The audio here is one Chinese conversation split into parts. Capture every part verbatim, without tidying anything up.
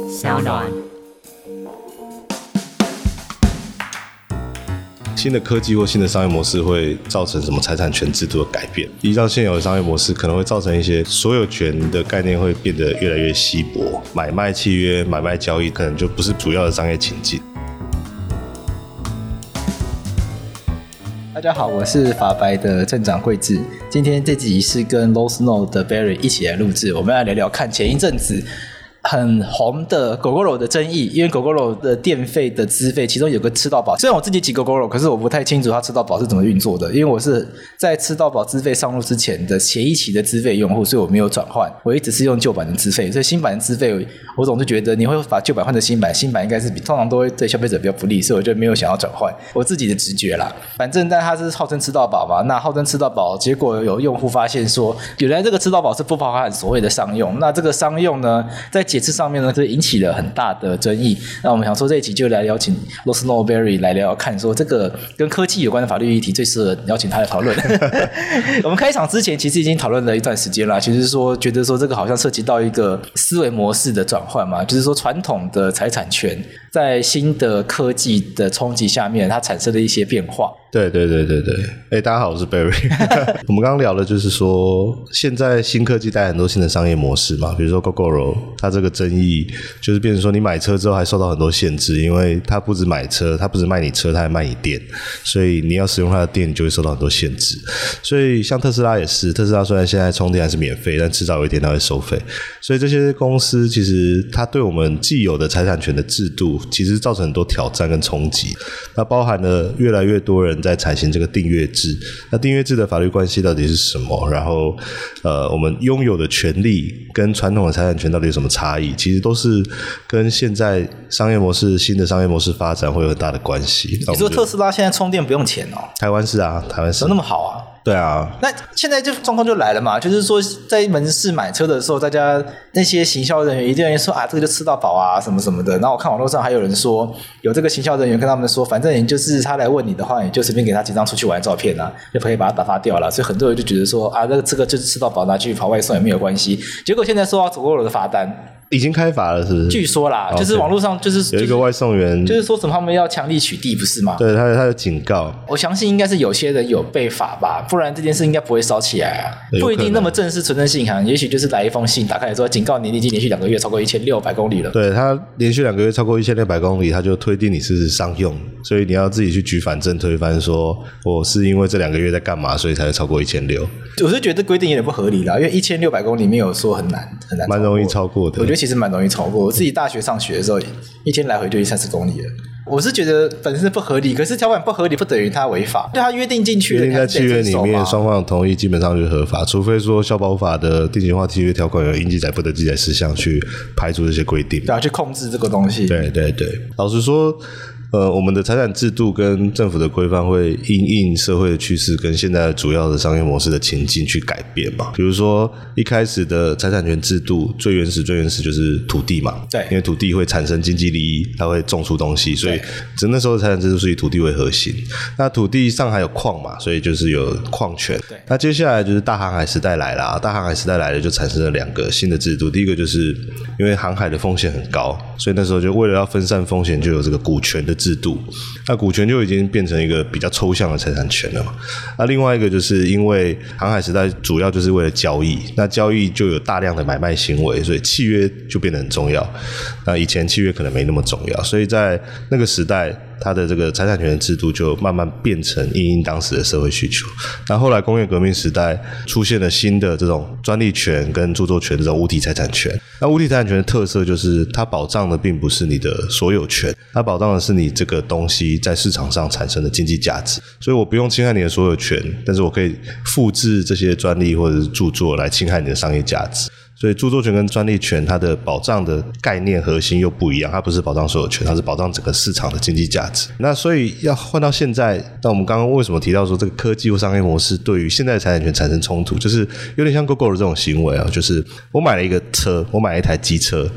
小暖。 新的科技或新的商业模式会造成什么财产权制度的改变？依照现有的商业模式，可能会造成一些所有权的概念会变得越来越稀薄，买卖契约、买卖交易可能就不是主要的商业情境。 大家好，我是法白的镇长贵志。今天这集是跟 Low Snow 的 Barry 一起来录制，我们要聊聊看前一阵子很红的狗狗肉的争议，因为狗狗肉的电费的资费，其中有个吃到饱。虽然我自己骑狗狗肉，可是我不太清楚它吃到饱是怎么运作的，因为我是在吃到饱资费上路之前的前一期的资费用户，所以我没有转换，我一直是用旧版的资费，所以新版的资费我总是觉得你会把旧版换成新版，新版应该是比通常都会对消费者比较不利，所以我就没有想要转换，我自己的直觉啦。反正但它是号称吃到饱嘛，那号称吃到饱，结果有用户发现说，原来这个吃到饱是不包含所谓的商用，那这个商用呢，在解释上面呢，就引起了很大的争议。那我们想说这一集就来邀请 Low Snow Barry 来聊聊看，说这个跟科技有关的法律议题最适合邀请他来讨论。我们开场之前其实已经讨论了一段时间了，其实说觉得说这个好像涉及到一个思维模式的转换嘛，就是说传统的财产权在新的科技的冲击下面，它产生了一些变化。 对对对对对，哎，大家好，我是 Barry。我们刚刚聊的就是说，现在新科技带来很多新的商业模式嘛，比如说 Gogoro， 它这个争议就是变成说，你买车之后还受到很多限制，因为它不止买车，它不止卖你车，它还卖你电，所以你要使用它的电，你就会受到很多限制。所以像特斯拉也是，特斯拉虽然现在充电还是免费，但迟早有一天它会收费。所以这些公司其实它对我们既有的财产权的制度，其实造成很多挑战跟冲击。那包含了越来越多人在采行这个订阅制，那订阅制的法律关系到底是什么？然后，呃，我们拥有的权利跟传统的财产权到底有什么差异？其实都是跟现在商业模式、新的商业模式发展会有很大的关系。 你说特斯拉现在充电不用钱哦？ 台湾是啊，台湾是都那么好啊？ 对啊， 那现在就状况就来了嘛，就是说在门市买车的时候，大家那些行销人员一定会说啊，这个就吃到饱啊，什么什么的。然后我看网络上还有人说，有这个行销人员跟他们说，反正你就是他来问你的话，你就随便给他几张出去玩的照片啊，就可以把他打发掉了。所以很多人就觉得说啊，这个这个就是吃到饱，拿去跑外送也没有关系。结果现在收到狗狗肉的罚单。 已经开罚了，是不是？据说啦， okay. 就是网络上就是、就是、 有一个外送员， 就是说什么他们要强力取缔，不是吗？ 对，他他有警告。 我相信应该是有些人有被罚吧，不然这件事应该不会烧起来啊。不一定那么正式存证信函，也许就是来一封信，打开来说警告你，你已经连续两个月超过一千六百公里了。 对，他连续两个月超过一千六百公里，他就推定你是商用，所以你要自己去举反证推翻，说我是因为这两个月在干嘛，所以才会超过一千六。 我是觉得规定有点不合理啦，因为一千六百公里没有说很难很难， 蛮容易超过的。 我觉得其实蛮容易超过。我自己大学上学的时候，一天来回就三十公里了。我是觉得本身不合理，可是条款不合理不等于它违法，就它约定进去了， 约定在契约里面，双方同意，基本上就是合法。除非说消保法的定型化契约条款有应记载不得记载事项去排除这些规定， 对啊，去控制这个东西。 对对对，老实说。呃，我们的财产制度跟政府的规范会因应社会的趋势跟现在主要的商业模式的情境去改变嘛。比如说一开始的财产权制度最原始最原始就是土地嘛， 对， 因为土地会产生经济利益，它会种出东西，所以那时候的财产制度是以土地为核心。那土地上还有矿嘛，所以就是有矿权。 对， 那接下来就是大航海时代来啦，大航海时代来了就产生了两个新的制度。第一个就是因为航海的风险很高，所以那时候就为了要分散风险，就有这个股权的制度，那股权就已经变成一个比较抽象的财产权了嘛。那另外一个就是因为航海时代主要就是为了交易，那交易就有大量的买卖行为，所以契约就变得很重要。那以前契约可能没那么重要，所以在那个时代它的这个财产权的制度就慢慢变成因应当时的社会需求。那后来工业革命时代出现了新的这种专利权跟著作权这种无体财产权。那无体财产权的特色就是它保障的并不是你的所有权，它保障的是你这个东西在市场上产生的经济价值。所以我不用侵害你的所有权，但是我可以复制这些专利或者是著作来侵害你的商业价值。所以著作权跟专利权它的保障的概念核心又不一样，它不是保障所有权，它是保障整个市场的经济价值。那所以要换到现在，那我们刚刚为什么提到说这个科技或商业模式对于现在的财产权产生冲突，就是有点像 Gogoro 的这种行为啊，就是我买了一个车，我买了一台机车，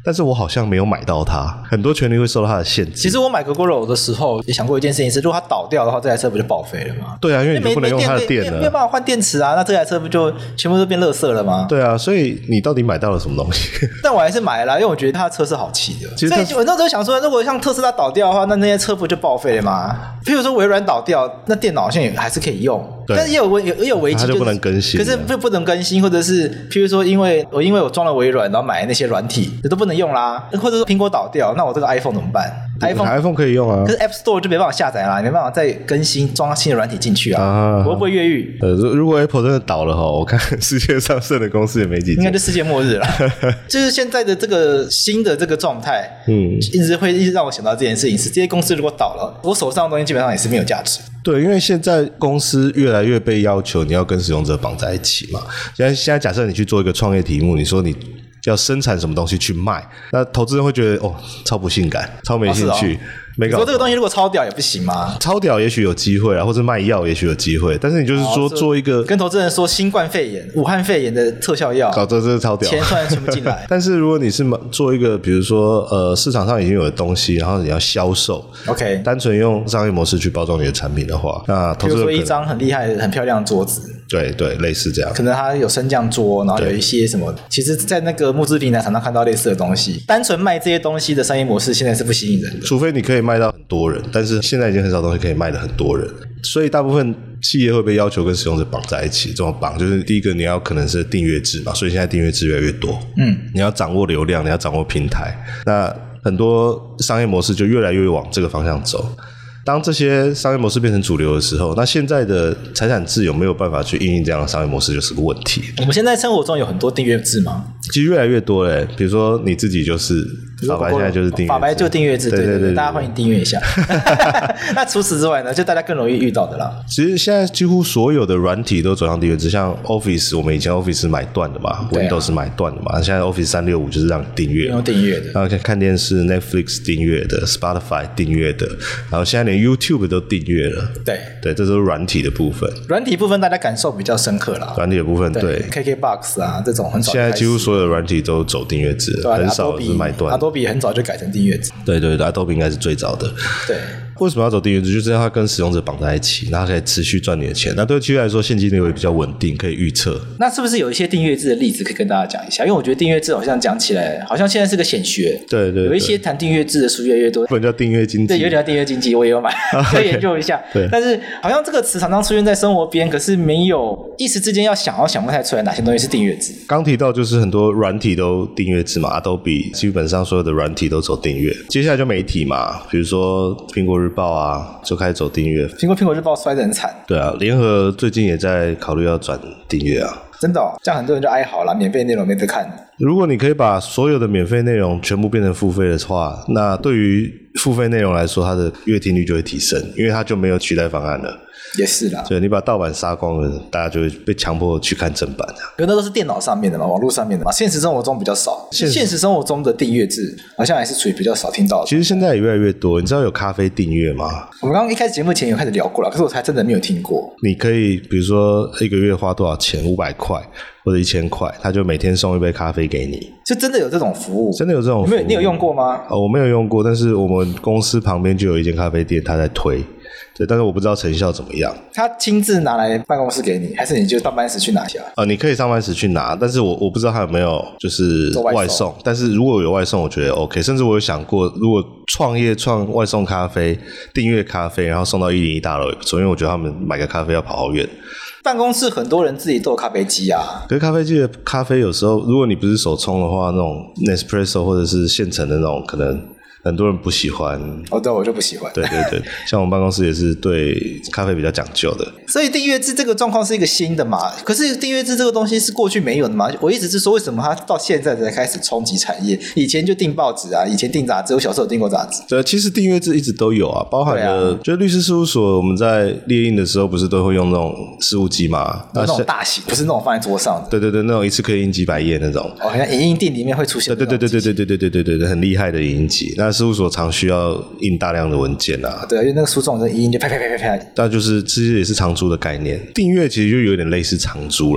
但是我好像没有买到它，很多权利会受到它的限制。 其实我买 Gogoro 的时候也想过一件事情是，如果它倒掉的话，这台车不就报废了吗？ 对啊，因为你就不能用它的电了， 没有办法换电池啊，那这台车不就全部都变垃圾了吗？ 对啊，所以你到底买到了什么东西？但我还是买了啦，因为我觉得它的车是好骑的。 其实所以我那时候想说，如果像特斯拉倒掉的话，那那些车不就报废了吗？譬如说微软倒掉，那电脑好像也还是可以用，但是也有危也有危机， 它就不能更新， 可是不不能更新，或者是譬如说，因为我因为我装了微软，然后买那些软体，这都不能用啦，或者说苹果倒掉，那我这个 iPhone 怎么办？iPhone iPhone 可以用啊， 可是 App Store 就没办法下载啦，没办法再更新装新的软体进去啊，啊我会不会越狱？ 呃，如果 Apple 真的倒了哈，我看世界上剩的公司也没几间， 应该就世界末日了。就是现在的这个新的这个状态，嗯，一直会一直让我想到这件事情是，这些公司如果倒了，我手上的东西基本上也是没有价值。 对，因为现在公司越来越被要求你要跟使用者绑在一起嘛。现在现在假设你去做一个创业题目，你说你要生产什么东西去卖，那投资人会觉得哦，超不性感，超没兴趣。哦你说这个东西如果超屌也不行吗？ 超屌也许有机会啊，或者卖药也许有机会，但是你就是说做一个、哦、 跟投资人说新冠肺炎、武汉肺炎的特效药， 搞这这超屌， 钱突然存不进来。 但是如果你是做一个，比如说呃市场上已经有的东西，然后你要销售 ，OK， 单纯用商业模式去包装你的产品的话，那投资人比如说一张很厉害、很漂亮的桌子， 对对，类似这样， 可能它有升降桌，然后有一些什么，其实，在那个募资平台常常看到类似的东西。单纯卖这些东西的商业模式，现在是不吸引人的， 除非你可以卖到很多人。但是现在已经很少东西可以卖的很多人，所以大部分企业会被要求跟使用者绑在一起。怎么绑？就是第一个你要可能是订阅制嘛，所以现在订阅制越来越多。嗯，你要掌握流量，你要掌握平台，那很多商业模式就越来越往这个方向走。当这些商业模式变成主流的时候，那现在的财产制有没有办法去因应这样的商业模式就是个问题。 我们现在生活中有很多订阅制吗？ 其实越来越多嘞，比如说你自己就是法白，现在就是订阅制， 法白就订阅制，对对 对, 对, 对，大家欢迎订阅一下。那除此之外呢，就大家更容易遇到的啦。 其实现在几乎所有的软体都走向订阅制，像 Office， 我们以前 Office 是买断的嘛、啊、，Windows 是买断的嘛，现在 Office 三六五就是让你订阅， 用订阅的， 然后看电视 Netflix 订阅的 ，Spotify 订阅的，然后现在连 YouTube 都订阅了。对对，这都是软体的部分。 软体部分大家感受比较深刻啦。 软体的部分，对 ，K K Box 啊这种很少。 现在几乎所有的软体都走订阅制，很少是买断。 Adobe 很早就改成订阅制。 对对对 ，Adobe 应该是最早的。 对。 为什么要走订阅制？就是让它跟使用者绑在一起，然后可以持续赚你的钱。那对企业来说，现金流也比较稳定，可以预测。 那是不是有一些订阅制的例子可以跟大家讲一下？因为我觉得订阅制好像讲起来，好像现在是个显学。 对 对, 对， 有一些谈订阅制的书越来越多。 不能叫订阅经济。 对，有点叫订阅经济，我也有买，可以研究一下。 对。 但是好像这个词常常出现在生活边，可是没有一时之间要想，要想不太出来哪些东西是订阅制。 刚提到就是很多软体都订阅制嘛 ，Adobe 基本上所有的软体都走订阅。接下来就媒体嘛，比如说苹果日报啊。就开始走订阅， 苹果苹果日报摔得很惨。 对啊，联合最近也在考虑要转订阅啊。 真的哦，这样很多人就哀嚎了，免费内容没得看。 如果你可以把所有的免费内容全部变成付费的话，那对于付费内容来说，它的阅听率就会提升，因为它就没有取代方案了。 也是啦， 对，你把盗版杀光了，大家就会被强迫去看正版。 因为那都是电脑上面的嘛，网络上面的嘛，现实生活中比较少。现实, 现实生活中的订阅制好像还是属于比较少听到的。 其实现在也越来越多，你知道有咖啡订阅吗？ 我们刚刚一开始节目前有开始聊过了，可是我还真的没有听过。 你可以比如说一个月花多少钱，五百块或者一千块，他就每天送一杯咖啡给你。 就真的有这种服务？ 真的有这种服务？ 你有, 你有用过吗？ 哦，我没有用过，但是我们公司旁边就有一间咖啡店，他在推。对，但是我不知道成效怎么样。 他亲自拿来办公室给你，还是你就上班时去拿下？ 呃，你可以上班时去拿，但是我我不知道他有没有就是外送。但是如果有外送，我觉得 OK。甚至我有想过，如果创业创外送咖啡、订阅咖啡，然后送到一零一大楼也不错，因为我觉得他们买个咖啡要跑好远。 办公室很多人自己都有咖啡机啊， 可是咖啡机的咖啡有时候，如果你不是手冲的话，那种 Nespresso 或者是现成的那种，可能很多人不喜欢。 哦，对，我就不喜欢。 对对对，像我们办公室也是对咖啡比较讲究的。 所以订阅制这个状况是一个新的嘛？可是订阅制这个东西是过去没有的嘛？我一直是说，为什么它到现在才开始冲击产业？以前就订报纸啊，以前订杂志，我小时候有订过杂志。 对，其实订阅制一直都有啊，包含了、啊、就是律师事务所，我们在列印的时候不是都会用那种事务机嘛？ 那种大型，不是那种放在桌上的。 对对对，那种一次可以印几百页那种。 哦，好像影印店里面会出现。 对对对对对对对对对对对，很厉害的影印机。那事务所常需要印大量的文件啊。 对，因为那个书状一印就啪啪啪啪啪。 那就是其实也是长租的概念。订阅其实就有点类似长租啦。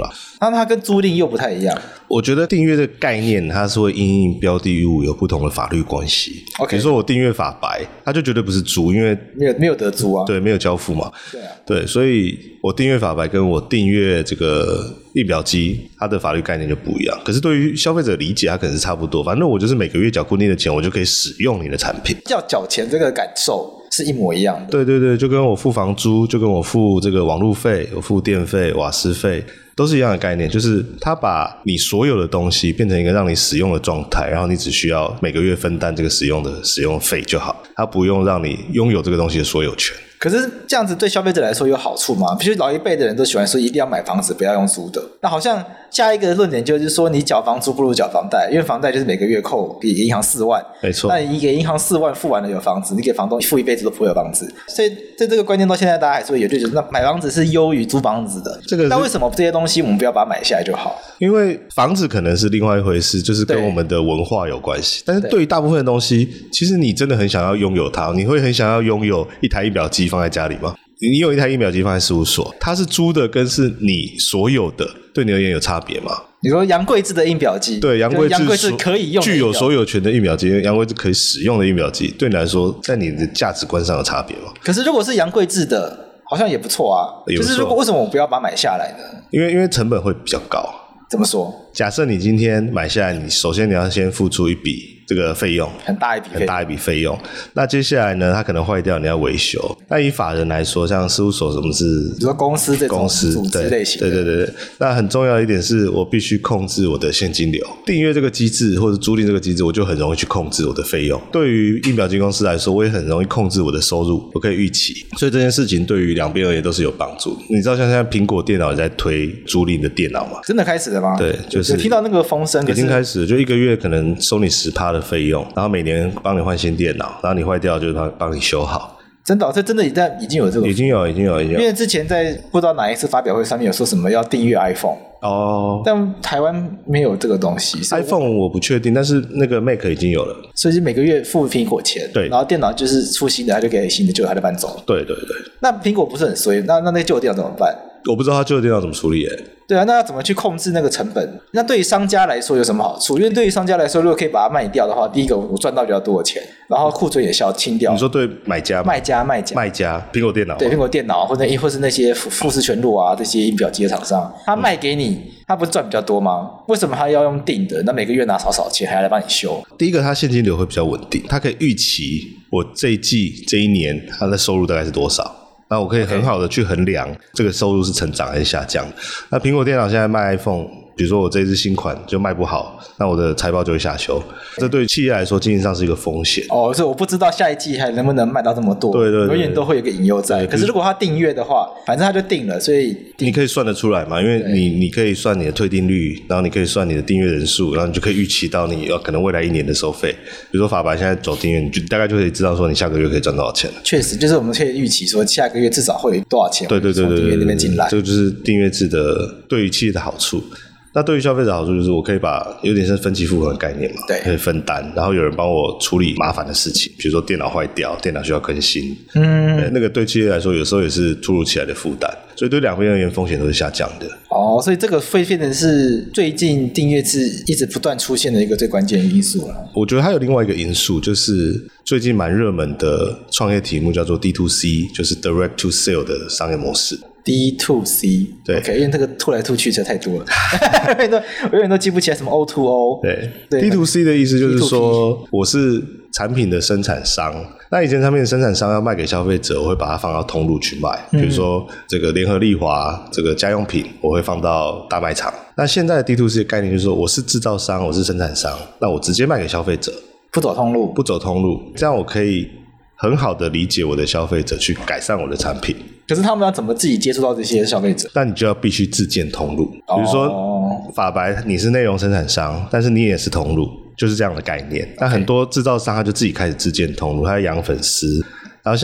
那它跟租赁又不太一样。 我觉得订阅的概念它是会因应标的物有不同的法律关系。 Okay. 比如说我订阅法白，它就绝对不是租，因为没有没有得租啊， 对，没有交付嘛。 对啊， 对，所以我订阅法白跟我订阅这个印表机，它的法律概念就不一样。可是对于消费者理解，它可能是差不多。反正我就是每个月缴固定的钱，我就可以使用你的产品。 要缴钱这个感受是一模一样的。 对对对，就跟我付房租，就跟我付这个网路费，我付电费、瓦斯费。都是一样的概念，就是它把你所有的东西变成一个让你使用的状态，然后你只需要每个月分担这个使用的使用费就好，它不用让你拥有这个东西的所有权。 可是这样子对消费者来说有好处吗？比如老一辈的人都喜欢说一定要买房子不要用租的，那好像下一个论点就是说你缴房租不如缴房贷，因为房贷就是每个月扣给银行四万， 没错， 那你给银行四万付完了有房子，你给房东付一辈子都不会有房子，所以在这个观念到现在大家还是会有就觉得那买房子是优于租房子的， 这个那为什么这些东西我们不要把它买下来就好？ 因为房子可能是另外一回事，就是跟我们的文化有关系，但是对于大部分的东西，其实你真的很想要拥有它，你会很想要拥有一台印表机放在家里吗？你有一台印表机放在事务所，它是租的跟是你所有的，对你而言有差别吗？ 你说杨贵志的印表机， 对，杨贵志杨贵志可以用具有所有权的印表机，杨贵志可以使用的印表机，对你来说，在你的价值观上有差别吗？ 可是如果是杨贵志的，好像也不错啊。 也不错。 就是如果为什么我不要把它买下来呢？ 因为因为成本会比较高。 怎么说？ 假设你今天买下来，你首先你要先付出一笔这个费用， 很大一笔费用， 很大一笔费用。那接下来呢，它可能坏掉，你要维修。那以法人来说，像事务所什么是， 比如说公司这种公司组织类型的， 对对对对。那很重要的一点是我必须控制我的现金流。订阅这个机制或者租赁这个机制，我就很容易去控制我的费用。对于印表机公司来说，我也很容易控制我的收入，我可以预期。所以这件事情对于两边而言都是有帮助。你知道像现在苹果电脑也在推租赁的电脑吗？ 真的开始了吗？ 对，就是有听到那个风声， 已经开始了，就一个月可能收你 百分之十 的费用，然后每年帮你换新电脑，然后你坏掉就帮帮你修好。 真的、哦，这真的已经已经有这个， 已经有，已经有，已经有。 因为之前在不知道哪一次发表会上面有说什么要订阅 iPhone 哦， 但台湾没有这个东西。 iPhone 我不确定，但是那个 Mac 已经有了， 所以是每个月付苹果钱， 对， 然后电脑就是出新的，他就给新的，旧的他就搬走。 对对对。 那苹果不是很衰，那那那旧的电脑怎么办？ 我不知道他旧的电脑怎么处理耶。 对啊，那要怎么去控制那个成本？那对于商家来说有什么好处？因为对于商家来说，如果可以把它卖掉的话，第一个我赚到比较多的钱，然后库存也消清掉。 你说对买家吗？ 卖家卖家卖家苹果电脑， 对苹果电脑或者或是那些富富士全路啊这些印表机的厂商，他卖给你，他不是赚比较多吗？为什么他要用订的？那每个月拿少少钱，还要来帮你修？ 第一个，他现金流会比较稳定，他可以预期我这一季这一年他的收入大概是多少。那我可以很好的去衡量这个收入是成长还是下降。那苹果电脑现在卖 iPhone， 比如说我这一支新款就卖不好，那我的财报就会下修。这对企业来说经营上是一个风险。 哦，所以我不知道下一季还能不能卖到这么多。 对对对， 永远都会有个隐忧在。可是如果他订阅的话，反正他就订了，所以你可以算得出来嘛，因为你你可以算你的退订率，然后你可以算你的订阅人数，然后你就可以预期到你要可能未来一年的收费。比如说法白现在走订阅，你就大概就可以知道说你下个月可以赚多少钱了。 确实，就是我们可以预期说下个月至少会有多少钱， 对对对对对， 从订阅那边进来。 这个就是订阅制的对于企业的好处。那对于消费者的好处就是我可以把有点像分期付款的概念嘛， 对， 可以分担，然后有人帮我处理麻烦的事情，比如说电脑坏掉，电脑需要更新，嗯，那个对企业来说有时候也是突如其来的负担，所以对两边而言风险都是下降的。 哦，所以这个会变成是最近订阅制一直不断出现的一个最关键的因素了。 我觉得还有另外一个因素，就是最近蛮热门的创业题目叫做 D to C， 就是 Direct to Sale 的商业模式。 D to C， 对， okay，因为这个吐来吐去实在太多了，我永远都记不起来什么 O to O。 对， 对 ，D to C 的意思就是说 D to P， 我是产品的生产商。那以前产品的生产商要卖给消费者，我会把它放到通路去卖，比如说这个联合利华这个家用品，我会放到大卖场。那现在的 D to C 的概念就是说，我是制造商，我是生产商，那我直接卖给消费者， 不走通路， 不走通路，这样我可以很好的理解我的消费者，去改善我的产品。 可是他们要怎么自己接触到这些消费者？ 那你就要必须自建通路，比如说、哦、法白你是内容生产商，但是你也是通路，就是这样的概念。那很多制造商他就自己开始自建通路，他要养粉丝。然后像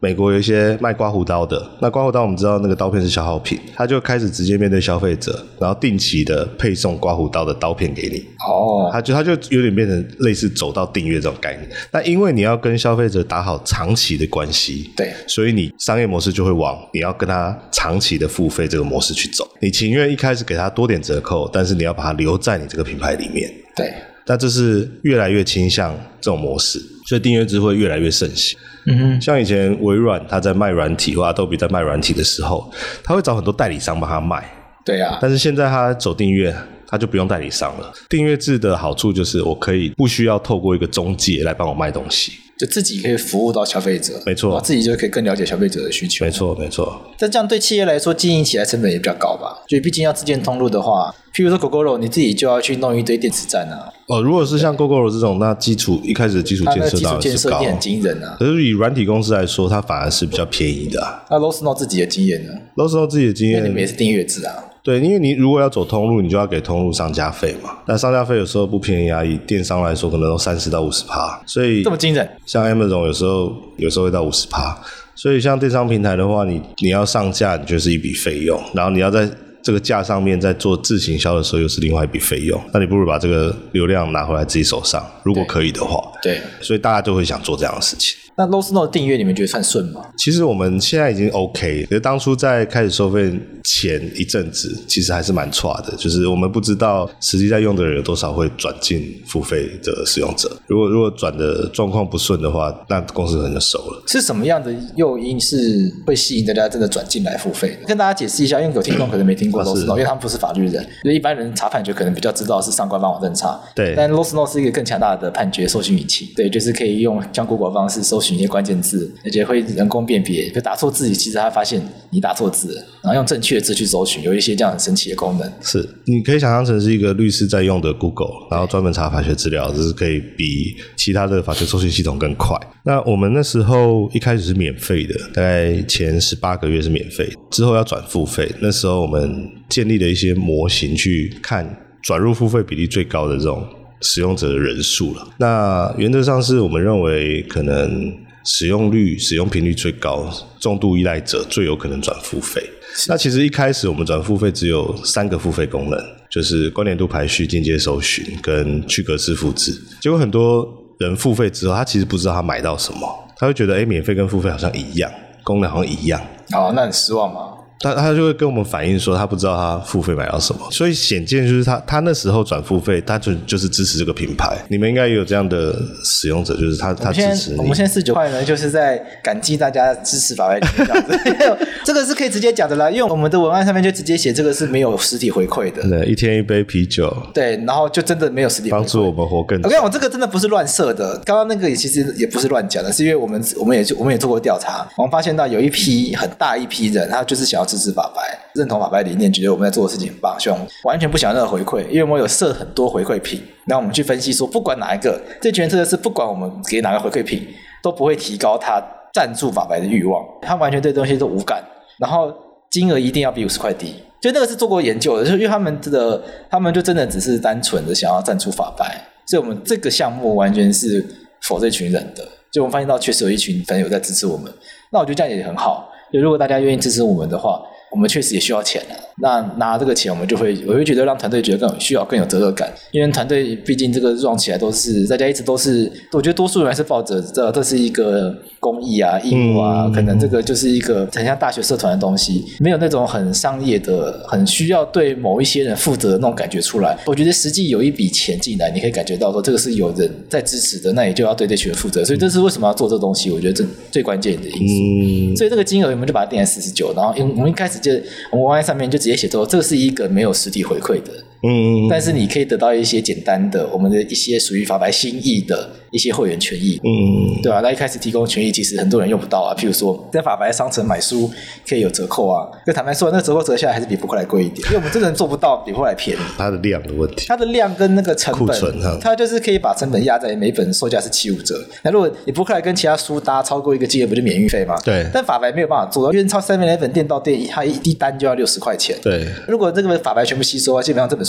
美国有一些卖刮胡刀的，那刮胡刀我们知道那个刀片是消耗品，他就开始直接面对消费者，然后定期的配送刮胡刀的刀片给你。 哦， 他就他就有点变成类似走到订阅这种概念。那因为你要跟消费者打好长期的关系， 对， 所以你商业模式就会往你要跟他长期的付费这个模式去走。你情愿一开始给他多点折扣，但是你要把它留在你这个品牌里面。 对， 那这是越来越倾向这种模式，所以订阅制会越来越盛行。 嗯哼， 像以前微软他在卖软体或 Adobe 在卖软体的时候，他会找很多代理商帮他卖。 对啊， 但是现在他走订阅，他就不用代理商了。订阅制的好处就是我可以不需要透过一个中介来帮我卖东西， 就自己可以服务到消费者。 没错， 自己就可以更了解消费者的需求。 没错没错。 但这样对企业来说经营起来成本也比较高吧，就毕竟要自建通路的话，譬如说 Gogoro 你自己就要去弄一堆电池站啊。 哦，如果是像 Gogoro 这种，那基础一开始的基础建设当然是高， 它那个基础建设一定很惊人啊。 可是以软体公司来说，它反而是比较便宜的啊。 那 Losno 自己的经验呢 Losno 自己的经验， 因为你们也是订阅制啊。 对，因为你如果要走通路，你就要给通路上架费嘛。那上架费有时候不便宜啊，以电商来说，可能都三十到五十趴，所以这么惊人。 像 Amazon 有时候有时候会到五十趴，所以像电商平台的话，你你要上架，你就是一笔费用，然后你要在这个架上面在做自行销的时候，又是另外一笔费用。那你不如把这个流量拿回来自己手上，如果可以的话。 对， 所以大家就会想做这样的事情。 那 Losno 的订阅你们觉得算顺吗？ 其实我们现在已经 OK， 可是当初在开始收费前一阵子，其实还是蛮差的，就是我们不知道实际在用的人有多少会转进付费的使用者。如果如果转的状况不顺的话，那公司可能就收了。 是什么样的诱因是会吸引大家真的转进来付费的？跟大家解释一下，因为有听众可能没听过 Losno， 因为他们不是法律人，所以一般人查判决可能比较知道是上官方网站查。 对， 但 Losno 是一个更强大的判决搜寻引擎，对，就是可以用像 Google 方式搜寻一些关键字，而且会人工辨别，就打错字，其实他发现你打错字了，然后用正确的字去搜寻，有一些这样很神奇的功能。 是，你可以想象成是一个律师在用的 Google， 然后专门查法学资料，这是可以比其他的法学搜寻系统更快。那我们那时候一开始是免费的，大概前十八个月是免费，之后要转付费。那时候我们建立了一些模型去看转入付费比例最高的这种使用者的人数了。那原则上是我们认为可能使用率、使用频率最高、重度依赖者最有可能转付费。那其实一开始我们转付费只有三个付费功能，就是关联度排序、间接搜寻跟去格式复制。结果很多人付费之后，他其实不知道他买到什么，他会觉得诶免费跟付费好像一样，功能好像一样。 哦，那很失望吗？ 他他就会跟我们反映说，他不知道他付费买到什么，所以显见就是他他那时候转付费，他就就是支持这个品牌。你们应该也有这样的使用者，就是他他支持你。 我们现在四十九块呢，就是在感激大家支持法白这样子。这个是可以直接讲的啦，因为我们的文案上面就直接写这个是没有实体回馈的。 对，一天一杯啤酒。 对，然后就真的没有实体回馈， 帮助我们活更久。 我跟你讲，我这个真的不是乱设的，刚刚那个也其实也不是乱讲的，是因为我们我们也我们也做过调查，我们发现到有一批很大一批人，他就是想要支持法白。认同法白理念，觉得我们在做的事情很棒，希望完全不想要任何回馈，因为我们有设很多回馈品，然后我们去分析说，不管哪一个，这群人特色是不管我们给哪个回馈品，都不会提高他赞助法白的欲望，他完全对东西都无感，然后金额一定要比五十块低，就那个是做过研究的，就是因为他们的他们就真的只是单纯的想要赞助法白，所以我们这个项目完全是否这群人的，就我们发现到确实有一群朋友在支持我们，那我觉得这样也很好，就如果大家愿意支持我们的话，我们确实也需要钱啊，那拿这个钱我们就会我会觉得让团队觉得更有需要更有责任感，因为团队毕竟这个 run 起来都是大家一直都是，我觉得多数人还是抱着这这是一个公益啊义务啊、嗯、可能这个就是一个很像大学社团的东西，没有那种很商业的很需要对某一些人负责的那种感觉出来。我觉得实际有一笔钱进来，你可以感觉到说这个是有人在支持的，那也就要对这群人负责，所以这是为什么要做这个东西，我觉得这最关键的因素、嗯、所以这个金额我们就把它定在四十九，然后我们一开始就我们文案上面就直接写说这是一个没有实体回馈的，嗯，但是你可以得到一些简单的我们的一些属于法白心意的一些会员权益，嗯，对吧、啊？那一开始提供权益其实很多人用不到啊，譬如说在法白商城买书可以有折扣啊，就坦白说那个折扣折下来还是比博客来贵一点，因为我们真的做不到比博客来便宜， 它的量的问题， 它的量跟那个成本， 库存它就是可以把成本压在每本售价是七五折，那如果你博客来跟其他书搭超过一个金额不就免运费吗？ 对， 但法白没有办法做到，因为超 seven eleven 店到店它一单就要六十块钱， 对， 如果这个法白全部吸收啊，基本上这本书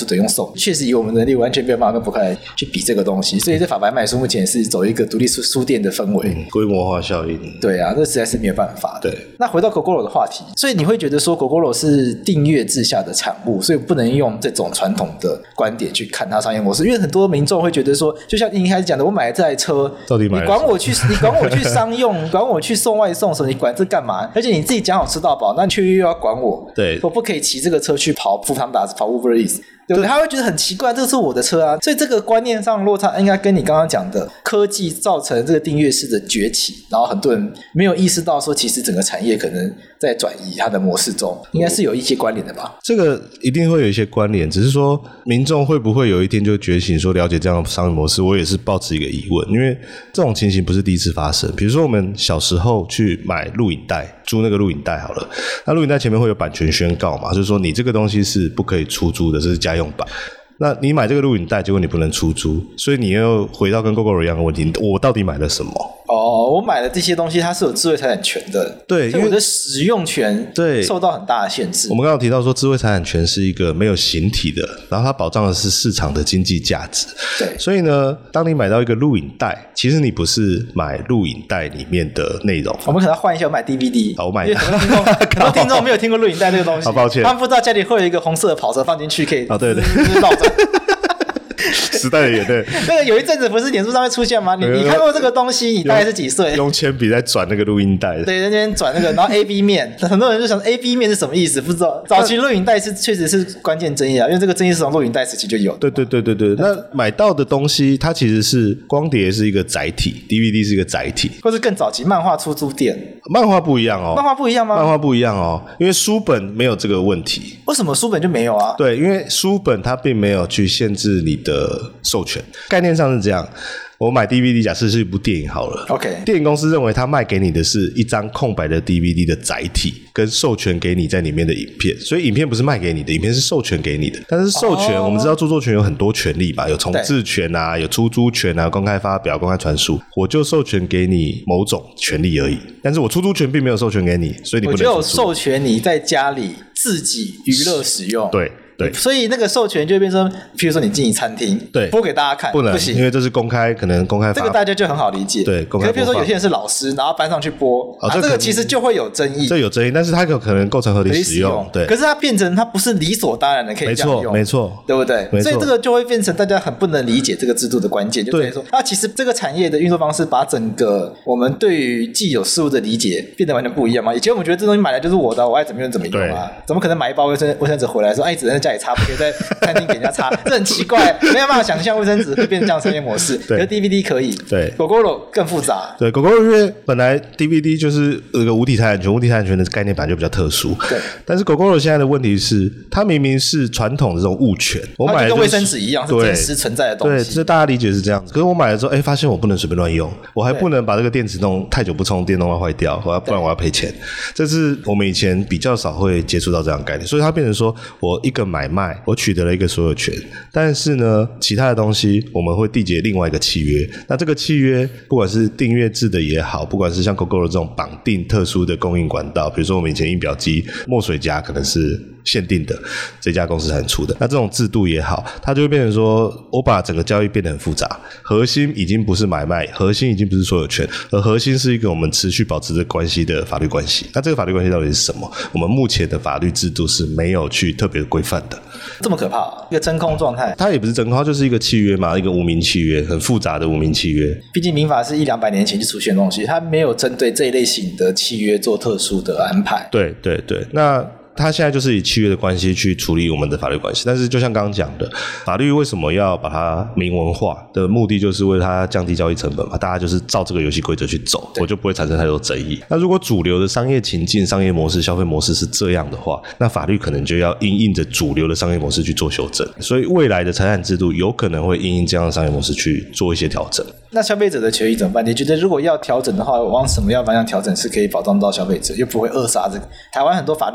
书的用送，确实以我们能力完全没有办法跟博客来去比这个东西，所以这法白卖书目前是走一个独立书书店的氛围、嗯、 规模化效应。 对啊，这实在是没有办法的。 对， 那回到 Gogoro 的话题，所以你会觉得说 Gogoro 是订阅制下的产物，所以不能用这种传统的观点去看它商业模式，因为很多民众会觉得说，就像你一开始讲的，我买了这台车， 到底买了你管我去，你管我去商用，管我去送外送什么，你管这干嘛？而且你自己讲好吃到饱，那你却又要管我， 对， 我不可以骑这个车去跑富康达、跑 Uber Eats。对不对？他会觉得很奇怪，这个是我的车啊，所以这个观念上落差应该跟你刚刚讲的科技造成这个订阅式的崛起，然后很多人没有意识到说，其实整个产业可能在转移它的模式中，应该是有一些关联的吧？ 这个一定会有一些关联，只是说民众会不会有一天就觉醒，说了解这样的商业模式，我也是抱持一个疑问，因为这种情形不是第一次发生。比如说我们小时候去买录影带，租那个录影带好了，那录影带前面会有版权宣告嘛，就是说你这个东西是不可以出租的，这是家用版。那你买这个录影带，结果你不能出租，所以你又回到跟 Gogoro 一样的问题，我到底买了什么？ 哦，我买的这些东西它是有智慧财产权的， 对， 所以我的使用权对受到很大的限制。 我们刚刚提到说，智慧财产权是一个没有形体的，然后它保障的是市场的经济价值。 对， 所以呢，当你买到一个录影带，其实你不是买录影带里面的内容。 我们可能要换一下，我买 D V D。 好，我买。 因为很多听众，很多听众没有听过录影带这个东西， 好抱歉， 他们不知道家里会有一个红色的跑车放进去可以。 哦，对对， 绕着。 时代的眼泪。 那个有一阵子不是脸书上面出现吗？你你看过这个东西，你大概是几岁？ 用铅笔在转那个录音带。 对，在那边转那个，然后 A B 面，很多人就想 A B 面是什么意思，不知道。早期录影带是确实是关键争议啊，因为这个争议是从录影带时期就有。 对对对对对，那买到的东西，它其实是光碟是一个载体 ，D V D 是一个载体， 或是更早期漫画出租店。 漫画不一样哦， 漫画不一样吗？ 漫画不一样哦，因为书本没有这个问题。 为什么书本就没有啊？ 对，因为书本它并没有去限制你的授权，概念上是这样。我买 D V D， 假设是一部电影好了 ，OK， 电影公司认为他卖给你的是一张空白的 D V D 的载体，跟授权给你在里面的影片，所以影片不是卖给你的，影片是授权给你的。但是授权，哦、我们知道著作权有很多权利吧，有重置权啊，有出租权啊，公开发表、公开传输，我就授权给你某种权利而已。但是我出租权并没有授权给你，所以你不能出租。 我就有授权你在家里自己娱乐使用。 对。对， 所以那个授权就会变成，譬如说你进一餐厅， 对， 播给大家看， 不能， 不行， 因为这是公开，可能公开发， 这个大家就很好理解。 对，公开播放。 可是譬如说有些人是老师，然后搬上去播，哦啊、这个其实就会有争议。 这有争议，但是它有可能构成合理使用。对， 可是它变成它不是理所当然的可以这样用， 没错，没错， 对不对？ 没错。 所以这个就会变成大家很不能理解这个制度的关键，就等于说，那其实这个产业的运作方式把整个我们对于既有事物的理解变得完全不一样嘛。以前我们觉得这东西买来就是我的，我爱怎么用怎么用啊，怎么可能买一包卫生卫生纸回来说，哎，只能在家里擦，不可以在餐厅给人家擦，这很奇怪，没有办法想象卫生纸会变成这样商业模式。可是 D V D 可以， 对 ，Gogoro 更复杂。 对 ，Gogoro 因为本来 D V D 就是有个无体财产权，无体财产权的概念本来就比较特殊。 对， 但是 Gogoro 现在的问题是，它明明是传统的这种物权，我买的、就是、 跟卫生纸一样是真实存在的东西。 对，这大家理解是这样子。可是我买了之后，哎，发现我不能随便乱用，我还不能把这个电池弄太久不充电弄到坏掉，我要不然我要赔钱。这是我们以前比较少会接触到这样的概念，所以它变成说我一个买卖，我取得了一个所有权。但是呢，其他的东西我们会缔结另外一个契约。那这个契约，不管是订阅制的也好，不管是像 Gogoro 这种绑定特殊的供应管道，比如说我们以前印表机、墨水夹可能是限定的，这家公司才能出的。那这种制度也好，它就会变成说，我把整个交易变得很复杂，核心已经不是买卖，核心已经不是所有权，而核心是一个我们持续保持着关系的法律关系。那这个法律关系到底是什么？我们目前的法律制度是没有去特别规范的。 这么可怕、啊，一个真空状态。 它也不是真空，它就是一个契约嘛，一个无名契约，很复杂的无名契约。 毕竟民法是一两百年前就出现的东西，它没有针对这一类型的契约做特殊的安排。 对对对，那他现在就是以契约的关系去处理我们的法律关系，但是就像刚刚讲的，法律为什么要把它明文化的目的，就是为了它降低交易成本嘛，大家就是照这个游戏规则去走，我就不会产生太多争议。那如果主流的商业情境、商业模式、消费模式是这样的话，那法律可能就要因应着主流的商业模式去做修正，所以未来的财产制度有可能会因应这样的商业模式去做一些调整。 那消费者的权益怎么办？你觉得如果要调整的话，往什么样方向调整是可以保障到消费者，又不会扼杀这个？台湾很多法律是这样子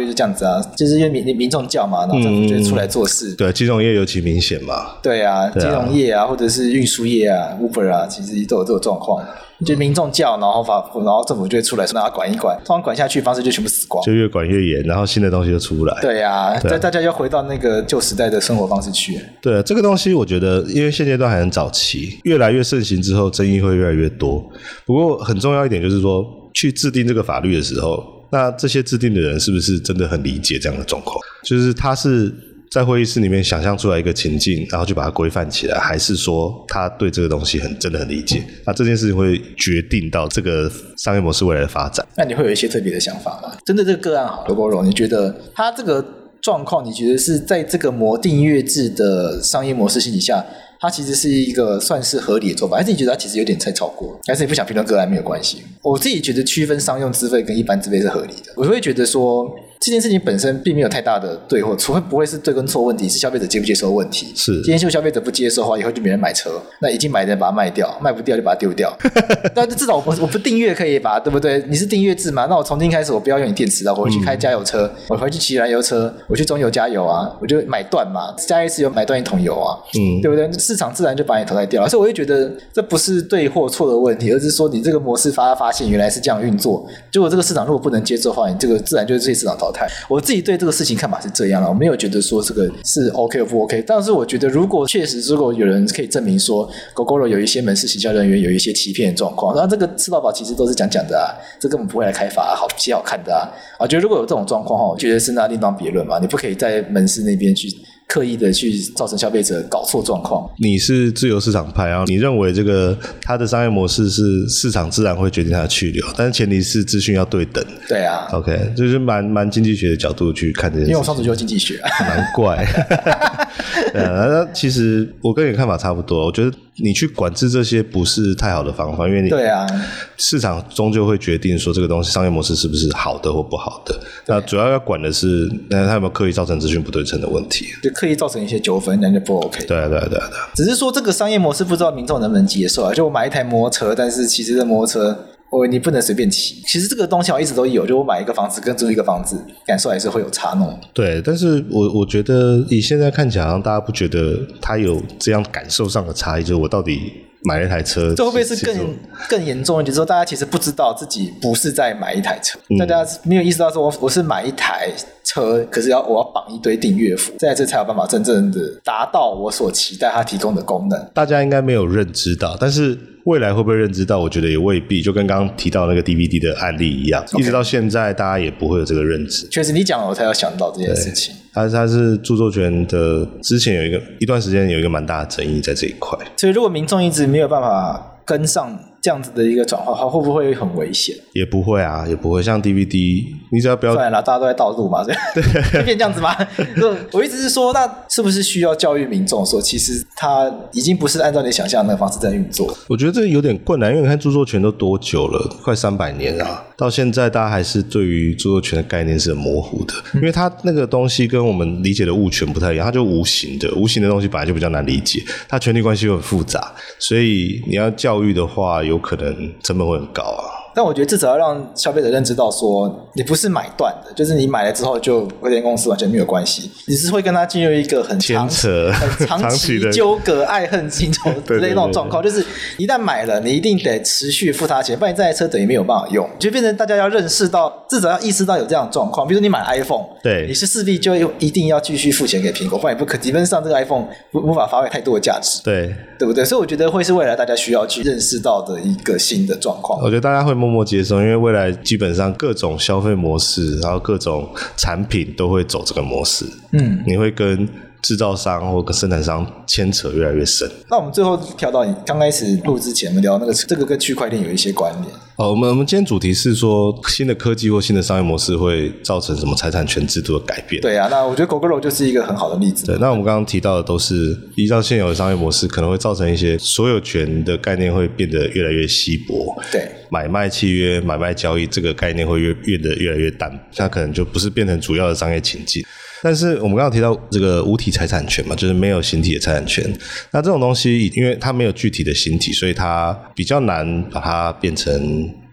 啊，就是因为民民众叫嘛，然后政府就会出来做事。 嗯、对，金融业尤其明显嘛。 对啊，金融业啊，或者是运输业啊 ，Uber 啊，其实都有这种状况。就民众叫，然后法，然后政府就会出来说，让他管一管，通常管下去方式就全部死光， 就越管越严，然后新的东西就出不来。 对啊，对啊，大家要回到那个旧时代的生活方式去。 对，这个东西我觉得，因为现阶段还很早期，越来越盛行之后，争议会越来越多。不过很重要一点就是说，去制定这个法律的时候，那这些制定的人是不是真的很理解这样的状况？就是他是在会议室里面想象出来一个情境，然后就把它规范起来，还是说他对这个东西很真的很理解？那这件事情会决定到这个商业模式未来的发展。 那你会有一些特别的想法吗？针对这个个案好了，Gogoro，你觉得他这个状况，你觉得是在这个模订阅制的商业模式性底下，它其实是一个算是合理的做法，还是你觉得它其实有点太超过了？还是你不想评论个案没有关系？我自己觉得区分商用资费跟一般资费是合理的。我会觉得说这件事情本身并没有太大的对或错，不会是对跟错问题，是消费者接不接受的问题。 是， 今天就消费者不接受的话，以后就没人买车，那已经买的人把它卖掉，卖不掉就把它丢掉。但至少我我不订阅可以吧，对不对？你是订阅制嘛？那我从今开始我不要用你电池了，我回去开加油车，嗯、我回去骑燃油车，我去中油加油啊，我就买断嘛，加一次油买断一桶油啊，嗯，对不对？市场自然就把你淘汰掉了。所以我会觉得这不是对或错的问题，而是说你这个模式发发现原来是这样运作，结果这个市场如果不能接受的话，你这个自然就是这些市场淘汰。我自己对这个事情看法是这样了，我没有觉得说这个是 OK 或不 OK， 但是我觉得如果确实如果有人可以证明说 Gogoro 有一些门市行销人员有一些欺骗的状况，那这个吃到饱其实都是讲讲的啊，这根本不会来开发、啊、好写好看的啊。我觉得如果有这种状况，我觉得是那另当别论嘛，你不可以在门市那边去刻意的去造成消费者搞错状况。 你是自由市场派，然后你认为这个它的商业模式是市场自然会决定它的去留，但是前提是资讯要对等。 对啊 OK， 就是蛮蛮经济学的角度去看这件事情， 因为我上次就经济学、啊、 难怪对啊，其实我跟你的看法差不多，我觉得你去管制这些不是太好的方法，因为你对啊， 市场终究会决定说这个东西商业模式是不是好的或不好的，那主要要管的是那它有没有刻意造成资讯不对称的问题， 就刻意造成一些纠纷那就不 OK。 对啊对啊对啊对啊， 只是说这个商业模式不知道民众能不能接受啊，就我买一台摩托车，但是其实这摩托车我你不能随便骑，其实这个东西我一直都有，就我买一个房子跟租一个房子感受还是会有差弄。 对，但是我我觉得以现在看起来好像大家不觉得它有这样感受上的差异，就是我到底买了一台车， 这会不会是更更严重的？就是说大家其实不知道自己不是在买一台车、嗯、大家没有意识到说我我是买一台车，可是要我要绑一堆订阅服，这样这才有办法真正的达到我所期待它提供的功能。 大家应该没有认知到，但是未来会不会认知到，我觉得也未必，就跟刚刚提到那个 D V D 的案例一样、okay. 一直到现在大家也不会有这个认知。 确实你讲了我才有想到这件事情。 它它是著作权的之前有一个一段时间有一个蛮大的争议在这一块， 所以如果民众一直没有办法跟上这样子的一个转化，它会不会很危险？ 也不会啊，也不会。像 D V D 你只要不要， 算了啦，大家都在道路嘛，对，会变这样子吗？我一直是说，那是不是需要教育民众说，其实它已经不是按照你想象的那个方式在运作？ 我觉得这有点困难，因为你看著作权都多久了，快三百年啊，到现在大家还是对于著作权的概念是很模糊的，因为它那个东西跟我们理解的物权不太一样，它就无形的，无形的东西本来就比较难理解，它权利关系又很复杂，所以你要教育的话，有可能成本会很高啊。 但我觉得至少要让消费者认知到说，你不是买断的，就是你买了之后就跟这公司完全没有关系，你是会跟他进入一个很长扯很长期纠葛、爱恨情仇之类那种状况，就是一旦买了，你一定得持续付他钱，不然这台车等于没有办法用，就变成大家要认识到，至少要意识到有这样的状况。比如说你买 iPhone， 对，你是势必就一定要继续付钱给苹果，不然你不可基本上这个 iPhone 无法发挥太多的价值， 对对不对？所以我觉得会是未来大家需要去认识到的一个新的状况。 我觉得大家会默默接受，因为未来基本上各种消费模式，然后各种产品都会走这个模式。嗯，你会跟制造商或跟生产商牵扯越来越深。 那我们最后跳到你刚开始录之前，我们聊那个这个跟区块链有一些关联。 哦，我们我们今天主题是说新的科技或新的商业模式会造成什么财产权制度的改变。 对啊，那我觉得 Gogoro 就是一个很好的例子。 对，那我们刚刚提到的都是依照现有的商业模式，可能会造成一些所有权的概念会变得越来越稀薄。 对， 买卖契约、买卖交易这个概念会越变得越来越淡，它可能就不是变成主要的商业情境。但是我们刚刚提到这个无体财产权嘛，就是没有形体的财产权，那这种东西因为它没有具体的形体，所以它比较难把它变成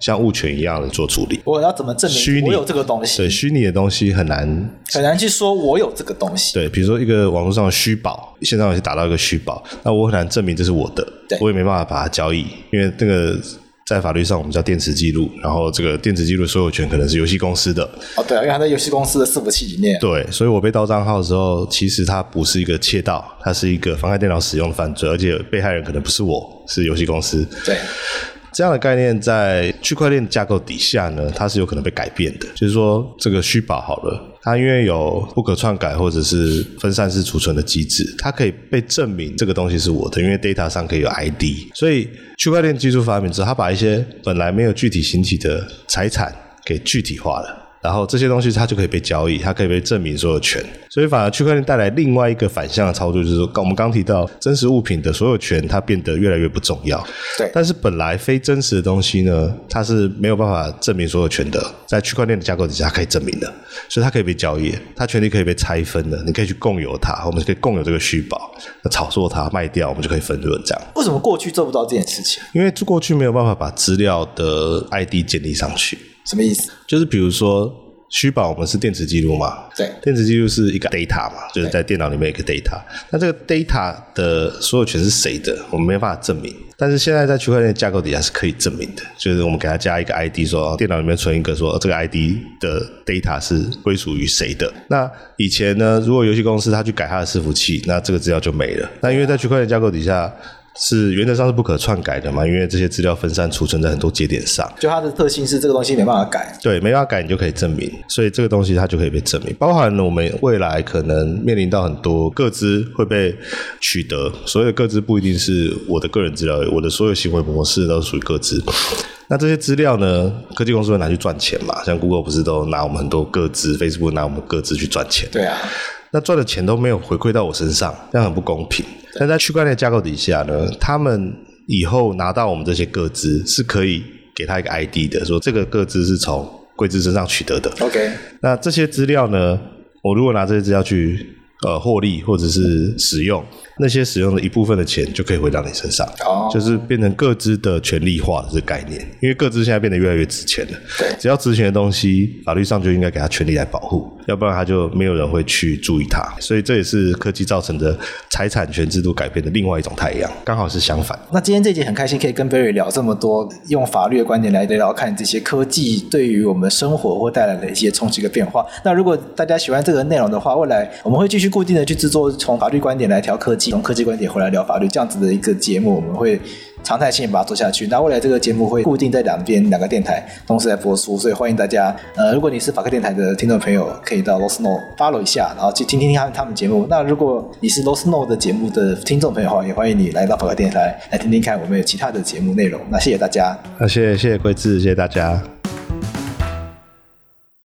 像物权一样的做处理。 我要怎么证明我有这个东西？ 对，虚拟的东西很难很难去说我有这个东西。 对，比如说一个网络上的虚宝，线上游戏打到一个虚宝，那我很难证明这是我的，我也没办法把它交易，因为这个在法律上我们叫电池记录，然后这个电池记录的所有权可能是游戏公司的。 哦，对啊，因为它在游戏公司的伺服器里面。 对，所以我被盗账号的时候，其实它不是一个窃盗，它是一个妨害电脑使用的犯罪，而且被害人可能不是我，是游戏公司。 对。 这样的概念在区块链架构底下呢，它是有可能被改变的。就是说，这个虚宝好了，它因为有不可篡改或者是分散式储存的机制，它可以被证明这个东西是我的，因为 data 上可以有 I D。所以区块链技术发明之后，它把一些本来没有具体形体的财产给具体化了。然后这些东西它就可以被交易，它可以被证明所有权，所以反而区块链带来另外一个反向的操作，就是说我们刚提到真实物品的所有权它变得越来越不重要。 对， 但是本来非真实的东西呢，它是没有办法证明所有权的，在区块链的架构底下它可以证明的，所以它可以被交易，它权利可以被拆分的，你可以去共有它，我们可以共有这个虚宝，炒作它卖掉，我们就可以分润这样。 为什么过去做不到这件事情？ 因为过去没有办法把资料的 I D 建立上去。 什么意思？ 就是比如说虚宝我们是电池记录嘛， 对， 电池记录是一个 data 嘛，就是在电脑里面一个 data。那这个 data 的所有权是谁的，我们没办法证明。但是现在在区块链架构底下是可以证明的，就是我们给它加一个 I D， 说电脑里面存一个说这个 I D 的 data 是归属于谁的。那以前呢，如果游戏公司它去改它的伺服器，那这个资料就没了。那因为在区块链架构底下，是原则上是不可篡改的嘛，因为这些资料分散储存在很多节点上， 就它的特性是这个东西没办法改， 对，没办法改你就可以证明，所以这个东西它就可以被证明。包含了我们未来可能面临到很多个资会被取得，所谓的个资不一定是我的个人资料，我的所有行为模式都属于个资。那这些资料呢，科技公司会拿去赚钱嘛，像 Google 不是都拿我们很多个资， Facebook 拿我们个资去赚钱。 对啊， 那赚的钱都没有回馈到我身上，这样很不公平。但在区块链架构底下呢，他们以后拿到我们这些个资是可以给他一个 I D 的，说这个个资是从贵资身上取得的。 OK， 那这些资料呢，我如果拿这些资料去呃获利或者是使用，那些使用的一部分的钱就可以回到你身上，哦，就是变成个资的权利化的这个概念。因为个资现在变得越来越值钱了， 对， 只要值钱的东西，法律上就应该给他权利来保护，要不然他就没有人会去注意它。所以这也是科技造成的财产权制度改变的另外一种太阳，刚好是相反。 那今天这集很开心可以跟 Barry 聊这么多，用法律的观点来聊聊看这些科技对于我们生活或带来的一些冲击跟变化。那如果大家喜欢这个内容的话，未来我们会继续固定的去制作从法律观点来聊科技，从科技观点回来聊法律这样子的一个节目，我们会常态性把它做下去。那未来这个节目会固定在两边两个电台同时来播出，所以欢迎大家呃，如果你是法科电台的听众朋友，可以到 LowSnow follow 一下，然后去听听他们他们节目。那如果你是 LowSnow 的节目的听众朋友的话，也欢迎你来到法科电台来听听看我们有其他的节目内容。那谢谢大家。 那谢谢谢谢贵志，谢谢大家。